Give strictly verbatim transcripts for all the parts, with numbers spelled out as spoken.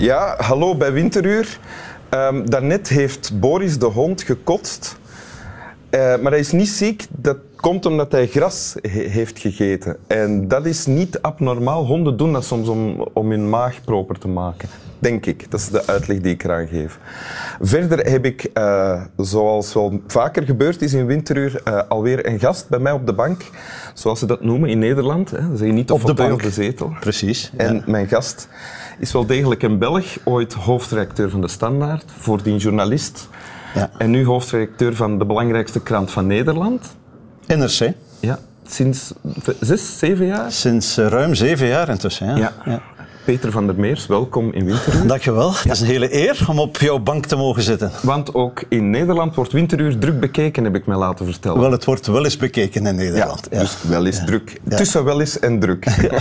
Ja, hallo bij Winteruur. Um, daarnet heeft Boris de hond gekotst. Uh, maar hij is niet ziek. Dat komt omdat hij gras he- heeft gegeten. En dat is niet abnormaal. Honden doen dat soms om, om hun maag proper te maken. Denk ik. Dat is de uitleg die ik eraan geef. Verder heb ik, uh, zoals wel vaker gebeurd is in Winteruur, uh, alweer een gast bij mij op de bank. Zoals ze dat noemen in Nederland. Hè. Dan zeg je niet de op de fauteuil bank. of de zetel. Precies. En Ja. mijn gast is wel degelijk een Belg. Ooit hoofdredacteur van De Standaard. Voordien journalist. Ja. En nu hoofdredacteur van de belangrijkste krant van Nederland. N R C. Ja, sinds zes, zeven jaar. Sinds uh, ruim zeven jaar intussen. Ja. Ja. Ja. Peter van der Meers, welkom in Winteruur. Dankjewel. Het is een hele eer om op jouw bank te mogen zitten. Want ook in Nederland wordt Winteruur druk bekeken, heb ik mij laten vertellen. Wel, het wordt wel eens bekeken in Nederland. Ja, dus wel eens Ja. druk. Ja. Tussen wel eens en druk. Ja.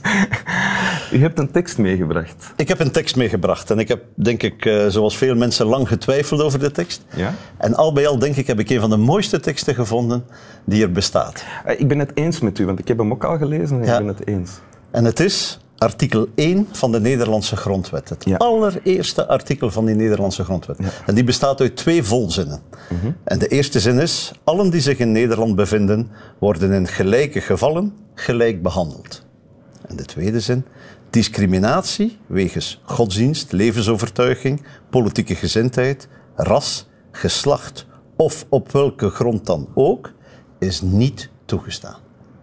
U hebt een tekst meegebracht. Ik heb een tekst meegebracht en ik heb, denk ik, uh, zoals veel mensen, lang getwijfeld over de tekst. Ja? En al bij al, denk ik, heb ik een van de mooiste teksten gevonden die er bestaat. Uh, ik ben het eens met u, want ik heb hem ook al gelezen en Ja. ik ben het eens. En het is artikel één van de Nederlandse grondwet. Het Ja. allereerste artikel van die Nederlandse grondwet. Ja. En die bestaat uit twee volzinnen. Mm-hmm. En de eerste zin is: allen die zich in Nederland bevinden, worden in gelijke gevallen gelijk behandeld. En de tweede zin: discriminatie wegens godsdienst, levensovertuiging, politieke gezindheid, ras, geslacht of op welke grond dan ook, is niet toegestaan.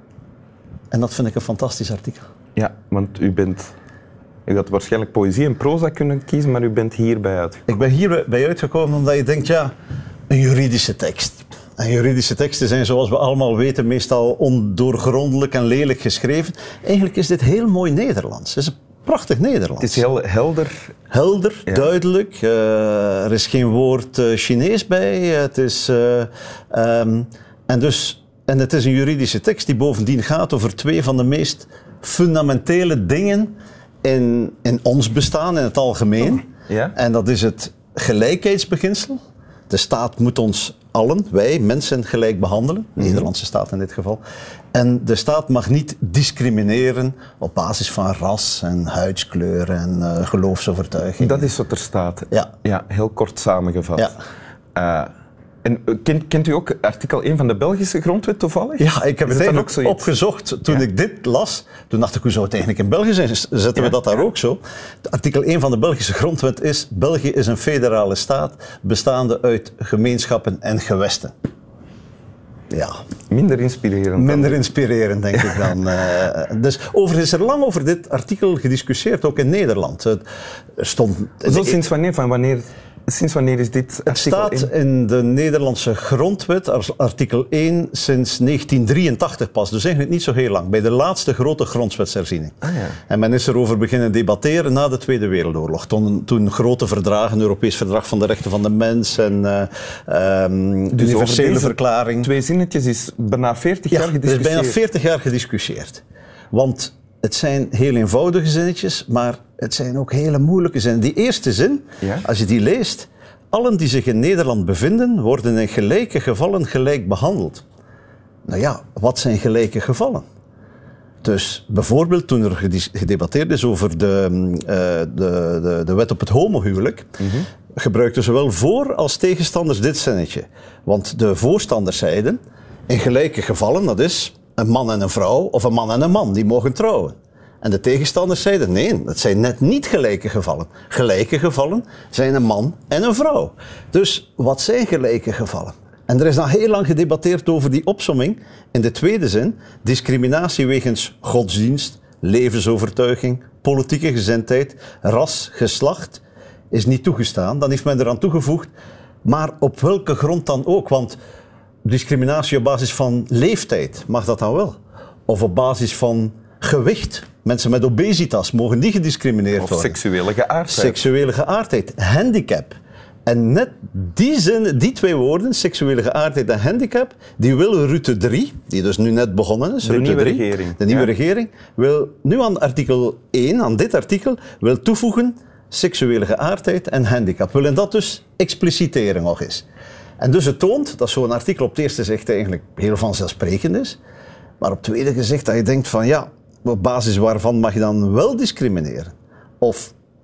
En dat vind ik een fantastisch artikel. Ja, want u bent... U had waarschijnlijk poëzie en proza kunnen kiezen, maar u bent hierbij uitgekomen. Ik ben hierbij uitgekomen omdat je denkt, ja, een juridische tekst. En juridische teksten zijn, zoals we allemaal weten, meestal ondoorgrondelijk en lelijk geschreven. Eigenlijk is dit heel mooi Nederlands. Het is een prachtig Nederlands. Het is heel helder. Helder, Ja. duidelijk. Uh, er is geen woord uh, Chinees bij. Het is, uh, um, en, dus, en het is een juridische tekst die bovendien gaat over twee van de meest fundamentele dingen in, in ons bestaan, in het algemeen. Oh, ja? En dat is het gelijkheidsbeginsel. De staat moet ons allen, wij mensen, gelijk behandelen. De Nederlandse staat in dit geval. En de staat mag niet discrimineren op basis van ras en huidskleur en uh, geloofsovertuiging. Dat is wat er staat. Ja. Ja, heel kort samengevat. Ja. Uh, en kent, kent u ook artikel één van de Belgische grondwet toevallig? Ja, ik heb Is het dat dan eigenlijk ook zoiets? opgezocht toen Ja. ik dit las. Toen dacht ik, hoe zou het eigenlijk in België zijn? Zetten we Ja. dat daar ook zo? Artikel één van de Belgische grondwet is: België is een federale staat bestaande uit gemeenschappen en gewesten. Ja, Minder inspirerend. minder inspirerend denk ik dan. Uh, dus overigens is er lang over dit artikel gediscussieerd, ook in Nederland. Er stond... Zo, sinds wanneer, van wanneer, sinds wanneer is dit Het artikel staat één? in de Nederlandse grondwet, artikel één, sinds negentien drieëntachtig pas. Dus eigenlijk niet zo heel lang. Bij de laatste grote grondwetsherziening. Ah, ja. En men is erover beginnen debatteren na de Tweede Wereldoorlog. Toen, toen grote verdragen, een Europees Verdrag van de Rechten van de Mens en uh, um, de Dus Universele over deze Verklaring. Twee zinnetjes is bijna veertig Ja, jaar er is gediscussieerd. bijna veertig jaar gediscussieerd. Want het zijn heel eenvoudige zinnetjes, maar het zijn ook hele moeilijke zinnen. Die eerste zin, Ja? als je die leest: allen die zich in Nederland bevinden, worden in gelijke gevallen gelijk behandeld. Nou ja, wat zijn gelijke gevallen? Dus bijvoorbeeld toen er gedis- gedebatteerd is over de, uh, de, de, de wet op het homohuwelijk, mm-hmm. gebruikten zowel voor- als tegenstanders dit zinnetje. Want de voorstanders zeiden: in gelijke gevallen, dat is een man en een vrouw of een man en een man, die mogen trouwen. En de tegenstanders zeiden: nee, dat zijn net niet gelijke gevallen. Gelijke gevallen zijn een man en een vrouw. Dus wat zijn gelijke gevallen? En er is dan heel lang gedebatteerd over die opsomming. In de tweede zin: discriminatie wegens godsdienst, levensovertuiging, politieke gezindheid, ras, geslacht is niet toegestaan. Dan heeft men eraan toegevoegd: maar op welke grond dan ook? Want discriminatie op basis van leeftijd, mag dat dan wel? Of op basis van gewicht? Mensen met obesitas, mogen die gediscrimineerd Of worden? seksuele geaardheid. Seksuele geaardheid, handicap. En net die, zin, die twee woorden, seksuele geaardheid en handicap, die wil Rutte drie, die dus nu net begonnen is, De Rutte nieuwe drie, regering. de nieuwe Ja. regering, wil nu aan artikel één, aan dit artikel, wil toevoegen seksuele geaardheid en handicap. Willen dat dus expliciteren nog eens. En dus het toont dat zo'n artikel op het eerste zicht eigenlijk heel vanzelfsprekend is, maar op het tweede gezicht dat je denkt van ja, op basis waarvan mag je dan wel discrimineren? Of mag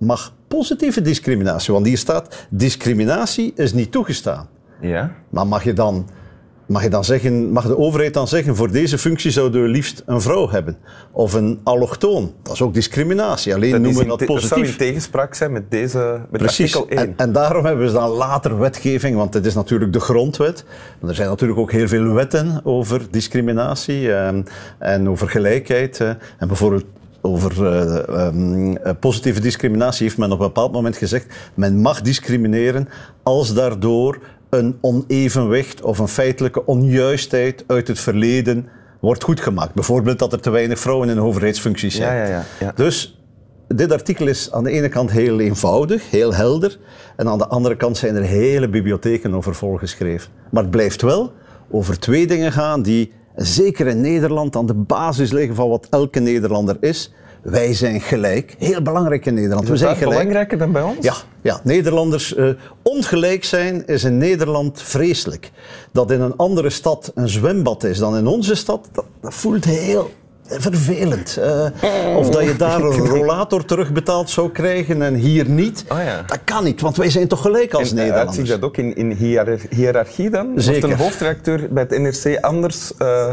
positieve discriminatie. Want hier staat, discriminatie is niet toegestaan. Ja. Maar mag je dan... Mag, je dan zeggen, mag de overheid dan zeggen, voor deze functie zouden we liefst een vrouw hebben? Of een allochtoon? Dat is ook discriminatie. Alleen dat noemen we dat dat positief. Dat zou in tegenspraak zijn met, deze, met artikel één. En, en daarom hebben we dan later wetgeving, want het is natuurlijk de grondwet. Maar er zijn natuurlijk ook heel veel wetten over discriminatie en, en over gelijkheid. En bijvoorbeeld over uh, um, positieve discriminatie heeft men op een bepaald moment gezegd, men mag discrimineren als daardoor een onevenwicht of een feitelijke onjuistheid uit het verleden wordt goedgemaakt. Bijvoorbeeld dat er te weinig vrouwen in overheidsfuncties zijn. Ja, ja, ja, ja. Dus dit artikel is aan de ene kant heel eenvoudig, heel helder, en aan de andere kant zijn er hele bibliotheken over volgeschreven. Maar het blijft wel over twee dingen gaan die zeker in Nederland aan de basis liggen van wat elke Nederlander is. Wij zijn gelijk. Heel belangrijk in Nederland. Is het We zijn gelijk. belangrijker dan bij ons? Ja, ja. Nederlanders uh, ongelijk zijn is in Nederland vreselijk. Dat in een andere stad een zwembad is dan in onze stad, dat, dat voelt heel vervelend. Uh, of dat je daar een rollator terugbetaald zou krijgen en hier niet. Oh ja. Dat kan niet, want wij zijn toch gelijk als en, Nederlanders. Uitziet dat ook in, in hier- hiërarchie dan? Zeker. Wordt een hoofdredacteur bij het N R C anders uh,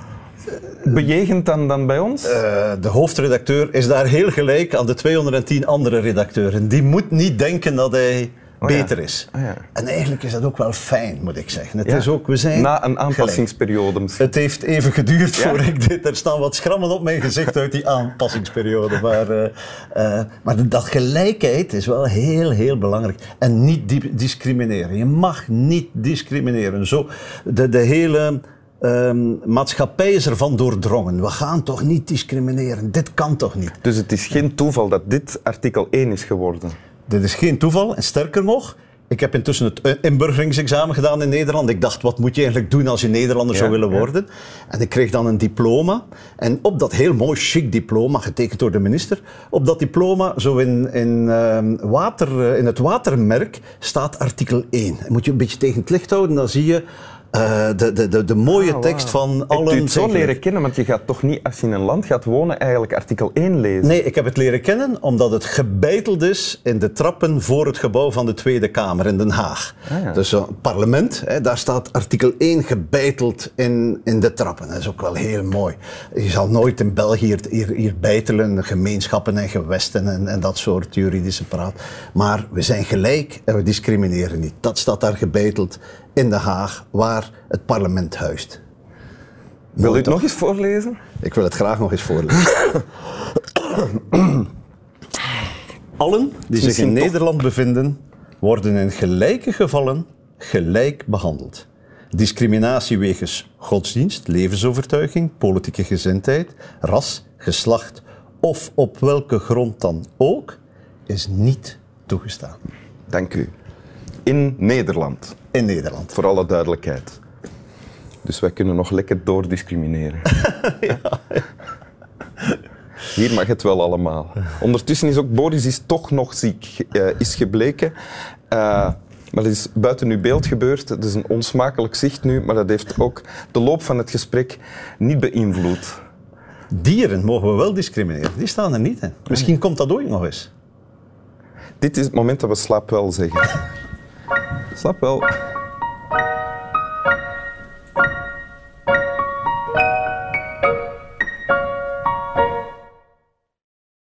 bejegend dan, dan bij ons? Uh, de hoofdredacteur is daar heel gelijk aan de tweehonderdtien andere redacteuren. Die moet niet denken dat hij oh ja. beter is. Oh ja. En eigenlijk is dat ook wel fijn, moet ik zeggen. Het Ja. is ook, we zijn Na een aanpassingsperiode misschien. Het heeft even geduurd Ja. voor ik dit... Er staan wat schrammen op mijn gezicht uit die aanpassingsperiode. Maar, uh, uh, maar dat gelijkheid is wel heel, heel belangrijk. En niet di- discrimineren. Je mag niet discrimineren. Zo, de, de hele... Um, maatschappij is ervan doordrongen. We gaan toch niet discrimineren. Dit kan toch niet. Dus het is geen toeval dat dit artikel één is geworden? Dit is geen toeval. En sterker nog, ik heb intussen het inburgeringsexamen gedaan in Nederland. Ik dacht, wat moet je eigenlijk doen als je Nederlander Ja, zou willen ja. worden? En ik kreeg dan een diploma. En op dat heel mooi, chic diploma, getekend door de minister, op dat diploma, zo in, in, uh, water, in het watermerk, staat artikel één. En moet je een beetje tegen het licht houden, dan zie je Uh, de, de, de, de mooie Ah, tekst wow. van Heb je allen. het zo leren kennen? Want je gaat toch niet, als je in een land gaat wonen, eigenlijk artikel één lezen? Nee, ik heb het leren kennen omdat het gebeiteld is in de trappen voor het gebouw van de Tweede Kamer in Den Haag. Ah, ja. Dus het parlement, hè, daar staat artikel één gebeiteld in, in de trappen. Dat is ook wel heel mooi. Je zal nooit in België hier, hier, hier beitelen, gemeenschappen en gewesten en, en dat soort juridische praat. Maar we zijn gelijk en we discrimineren niet. Dat staat daar gebeiteld in Den Haag, waar het parlement huist. Wil u het nog eens voorlezen? Ik wil het graag nog eens voorlezen. Allen die zich in Nederland bevinden, worden in gelijke gevallen gelijk behandeld. Discriminatie wegens godsdienst, levensovertuiging, politieke gezindheid, ras, geslacht of op welke grond dan ook, is niet toegestaan. Dank u. In Nederland. In Nederland. Voor alle duidelijkheid. Dus wij kunnen nog lekker doordiscrimineren. Ja. Hier mag het wel allemaal. Ondertussen is ook Boris is toch nog ziek, uh, is gebleken. Uh, maar dat is buiten uw beeld gebeurd. Het is een onsmakelijk zicht nu, maar dat heeft ook de loop van het gesprek niet beïnvloed. Dieren mogen we wel discrimineren. Die staan er niet in. Misschien komt dat ooit nog eens. Dit is het moment dat we slaap wel zeggen. Slaap wel.